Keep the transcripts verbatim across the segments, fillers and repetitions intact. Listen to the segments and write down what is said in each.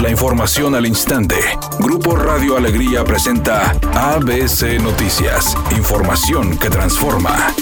La información al instante. Grupo Radio Alegría presenta A B C Noticias. Información que transforma.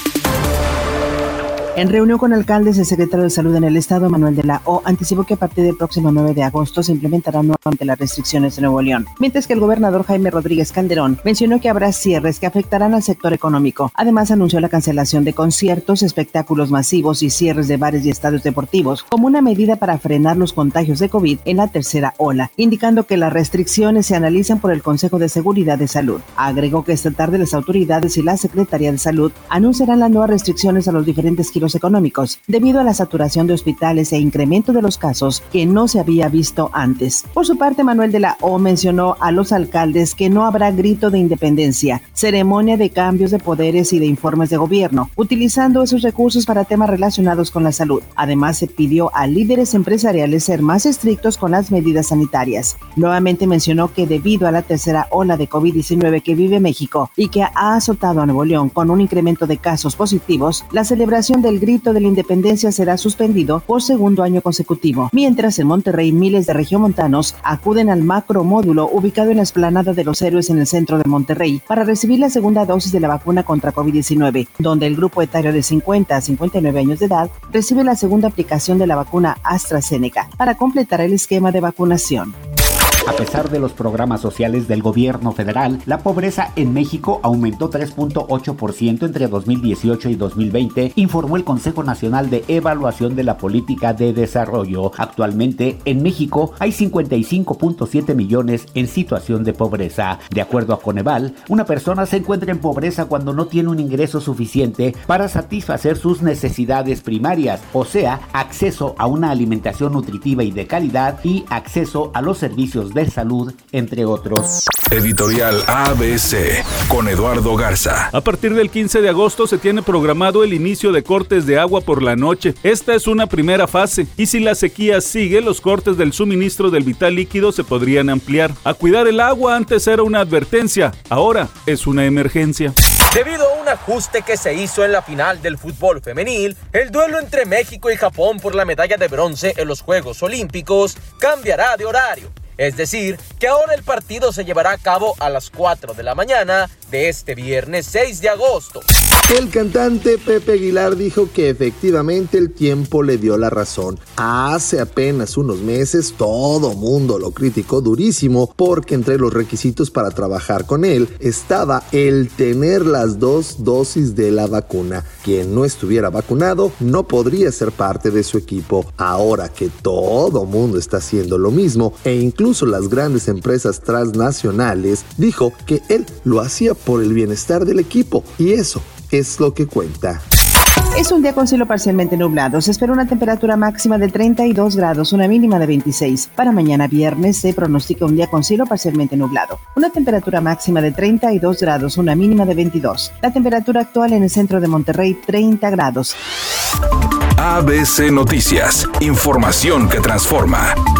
En reunión con alcaldes, el secretario de Salud en el Estado, Manuel de la O, anticipó que a partir del próximo nueve de agosto se implementarán nuevamente las restricciones en Nuevo León, mientras que el gobernador Jaime Rodríguez Calderón mencionó que habrá cierres que afectarán al sector económico. Además, anunció la cancelación de conciertos, espectáculos masivos y cierres de bares y estadios deportivos como una medida para frenar los contagios de COVID en la tercera ola, indicando que las restricciones se analizan por el Consejo de Seguridad de Salud. Agregó que esta tarde las autoridades y la Secretaría de Salud anunciarán las nuevas restricciones a los diferentes giros económicos, debido a la saturación de hospitales e incremento de los casos que no se había visto antes. Por su parte, Manuel de la O mencionó a los alcaldes que no habrá grito de independencia, ceremonia de cambios de poderes y de informes de gobierno, utilizando esos recursos para temas relacionados con la salud. Además, se pidió a líderes empresariales ser más estrictos con las medidas sanitarias. Nuevamente mencionó que debido a la tercera ola de COVID diecinueve que vive México y que ha azotado a Nuevo León con un incremento de casos positivos, la celebración del grito de la independencia será suspendido por segundo año consecutivo. Mientras en Monterrey, miles de regiomontanos acuden al macro módulo ubicado en la explanada de los Héroes en el centro de Monterrey para recibir la segunda dosis de la vacuna contra COVID diecinueve, donde el grupo etario de cincuenta a cincuenta y nueve años de edad recibe la segunda aplicación de la vacuna AstraZeneca para completar el esquema de vacunación. A pesar de los programas sociales del gobierno federal, la pobreza en México aumentó tres punto ocho por ciento entre dos mil dieciocho y dos mil veinte, informó el Consejo Nacional de Evaluación de la Política de Desarrollo. Actualmente, en México hay cincuenta y cinco punto siete millones en situación de pobreza. De acuerdo a Coneval, una persona se encuentra en pobreza cuando no tiene un ingreso suficiente para satisfacer sus necesidades primarias, o sea, acceso a una alimentación nutritiva y de calidad y acceso a los servicios de salud, entre otros. Editorial A B C con Eduardo Garza. A partir del quince de agosto se tiene programado el inicio de cortes de agua por la noche. Esta es una primera fase y si la sequía sigue, los cortes del suministro del vital líquido se podrían ampliar. A cuidar el agua antes era una advertencia, ahora es una emergencia. Debido a un ajuste que se hizo en la final del fútbol femenil, el duelo entre México y Japón por la medalla de bronce en los Juegos Olímpicos cambiará de horario. Es decir, que ahora el partido se llevará a cabo a las cuatro de la mañana de este viernes seis de agosto. El cantante Pepe Aguilar dijo que efectivamente el tiempo le dio la razón. Hace apenas unos meses todo mundo lo criticó durísimo porque entre los requisitos para trabajar con él estaba el tener las dos dosis de la vacuna. Quien no estuviera vacunado no podría ser parte de su equipo. Ahora que todo mundo está haciendo lo mismo e incluso las grandes empresas transnacionales, dijo que él lo hacía por el bienestar del equipo y eso es lo que cuenta. Es un día con cielo parcialmente nublado. Se espera una temperatura máxima de treinta y dos grados, una mínima de veintiséis. Para mañana viernes se pronostica un día con cielo parcialmente nublado. Una temperatura máxima de treinta y dos grados, una mínima de veintidós. La temperatura actual en el centro de Monterrey, treinta grados. A B C Noticias. Información que transforma.